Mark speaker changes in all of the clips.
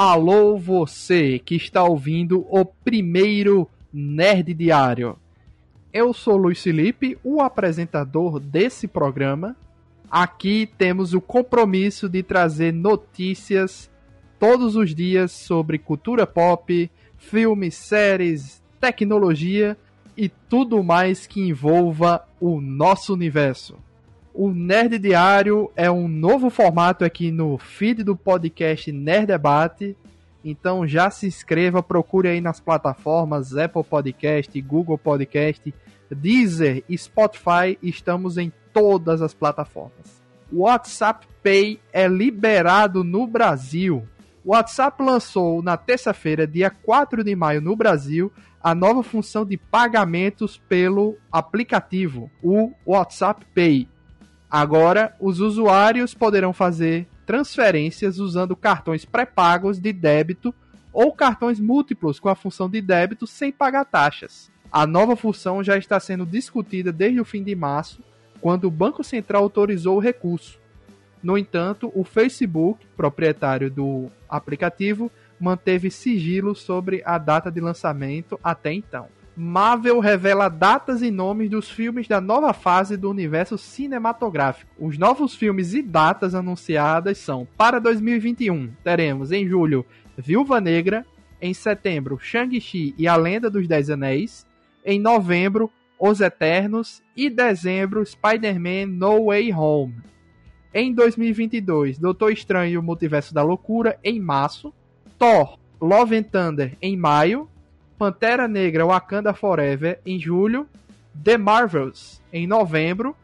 Speaker 1: Alô você que está ouvindo o primeiro Nerd Diário. Eu sou Luiz Felipe, o apresentador desse programa. Aqui temos o compromisso de trazer notícias todos os dias sobre cultura pop, filmes, séries, tecnologia e tudo mais que envolva o nosso universo. O Nerd Diário é um novo formato aqui no feed do podcast Nerd Debate. Então já se inscreva, procure aí nas plataformas Apple Podcast, Google Podcast, Deezer e Spotify. Estamos em todas as plataformas. O WhatsApp Pay é liberado no Brasil. O WhatsApp lançou na terça-feira, dia 4 de maio, no Brasil, a nova função de pagamentos pelo aplicativo, o WhatsApp Pay. Agora, os usuários poderão fazer transferências usando cartões pré-pagos de débito ou cartões múltiplos com a função de débito sem pagar taxas. A nova função já está sendo discutida desde o fim de março, quando o Banco Central autorizou o recurso. No entanto, o Facebook, proprietário do aplicativo, manteve sigilo sobre a data de lançamento até então. Marvel revela datas e nomes dos filmes da nova fase do universo cinematográfico. Os novos filmes e datas anunciadas são: para 2021, teremos em julho Viúva Negra, em setembro Shang-Chi e a Lenda dos Dez Anéis, em novembro Os Eternos e dezembro Spider-Man No Way Home. Em 2022, Doutor Estranho e o Multiverso da Loucura, em março, Thor Love and Thunder, em maio, Pantera Negra Wakanda Forever, em julho, The Marvels, em novembro,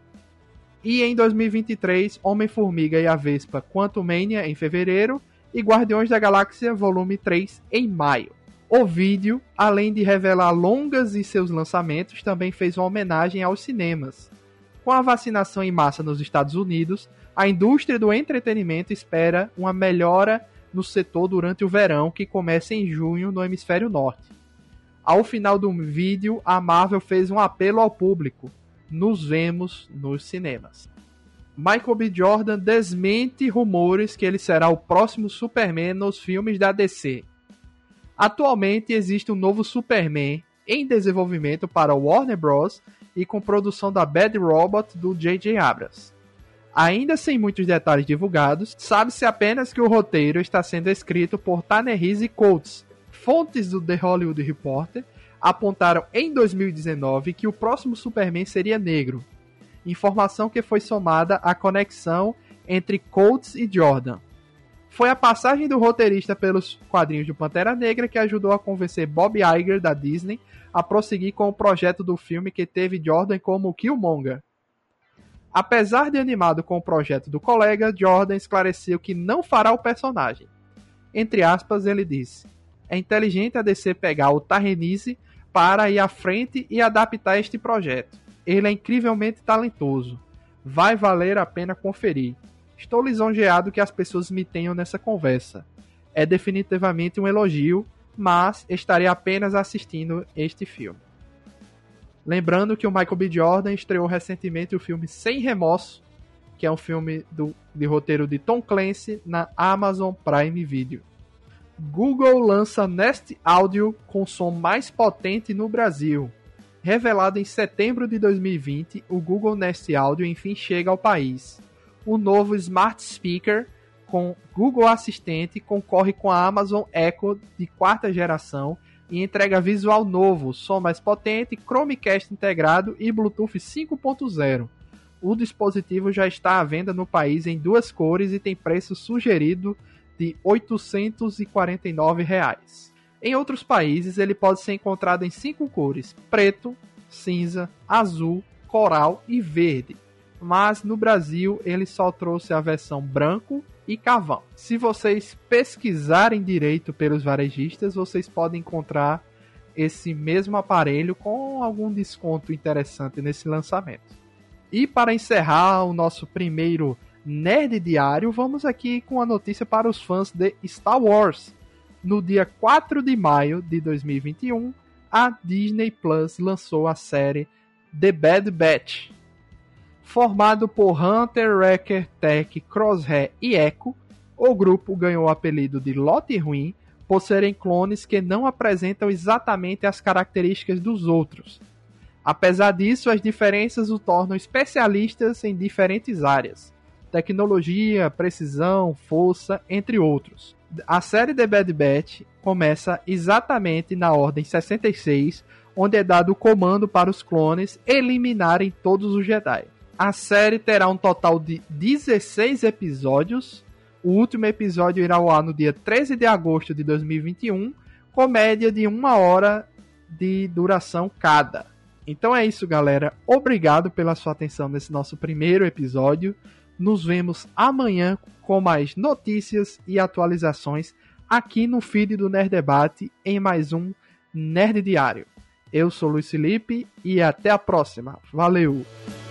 Speaker 1: e em 2023, Homem-Formiga e a Vespa Quantumania, em fevereiro, e Guardiões da Galáxia Volume 3, em maio. O vídeo, além de revelar longas e seus lançamentos, também fez uma homenagem aos cinemas. Com a vacinação em massa nos Estados Unidos, a indústria do entretenimento espera uma melhora no setor durante o verão, que começa em junho no hemisfério norte. Ao final do vídeo, a Marvel fez um apelo ao público: nos vemos nos cinemas. Michael B. Jordan desmente rumores que ele será o próximo Superman nos filmes da DC. Atualmente existe um novo Superman em desenvolvimento para Warner Bros. E com produção da Bad Robot do J.J. Abrams. Ainda sem muitos detalhes divulgados, sabe-se apenas que o roteiro está sendo escrito por Ta-Nehisi Coates. Fontes do The Hollywood Reporter apontaram em 2019 que o próximo Superman seria negro, informação que foi somada à conexão entre Coates e Jordan. Foi a passagem do roteirista pelos quadrinhos do Pantera Negra que ajudou a convencer Bob Iger, da Disney, a prosseguir com o projeto do filme, que teve Jordan como Killmonger. Apesar de animado com o projeto do colega, Jordan esclareceu que não fará o personagem. Entre aspas, ele disse: é inteligente a DC pegar o Ta-Nehisi para ir à frente e adaptar este projeto. Ele é incrivelmente talentoso. Vai valer a pena conferir. Estou lisonjeado que as pessoas me tenham nessa conversa. É definitivamente um elogio, mas estarei apenas assistindo este filme. Lembrando que o Michael B. Jordan estreou recentemente o filme Sem Remorso, que é um filme de roteiro de Tom Clancy, na Amazon Prime Video. Google lança Nest Audio com som mais potente no Brasil. Revelado em setembro de 2020, o Google Nest Audio enfim chega ao país. O novo Smart Speaker com Google Assistente concorre com a Amazon Echo de quarta geração e entrega visual novo, som mais potente, Chromecast integrado e Bluetooth 5.0. O dispositivo já está à venda no país em duas cores e tem preço sugerido de R$ 849. Em outros países, ele pode ser encontrado em 5 cores: preto, cinza, azul, coral e verde. Mas no Brasil ele só trouxe a versão branco e carvão. Se vocês pesquisarem direito pelos varejistas, vocês podem encontrar esse mesmo aparelho com algum desconto interessante nesse lançamento. E para encerrar o nosso primeiro Nerd Diário, vamos aqui com a notícia para os fãs de Star Wars. No dia 4 de maio de 2021, a Disney Plus lançou a série The Bad Batch. Formado por Hunter, Wrecker, Tech, Crosshair e Echo, O grupo ganhou o apelido de Lote Ruim por serem clones que não apresentam exatamente as características dos outros. Apesar disso, as diferenças o tornam especialistas em diferentes áreas: tecnologia, precisão, força, entre outros. A série The Bad Batch começa exatamente na Ordem 66, onde é dado o comando para os clones eliminarem todos os Jedi. A série terá um total de 16 episódios. O último episódio irá ao ar no dia 13 de agosto de 2021, com média de 1 hora de duração cada. Então é isso, galera. Obrigado pela sua atenção nesse nosso primeiro episódio. Nos vemos amanhã com mais notícias e atualizações aqui no feed do Nerd Debate em mais um Nerd Diário. Eu sou Luiz Felipe e até a próxima. Valeu!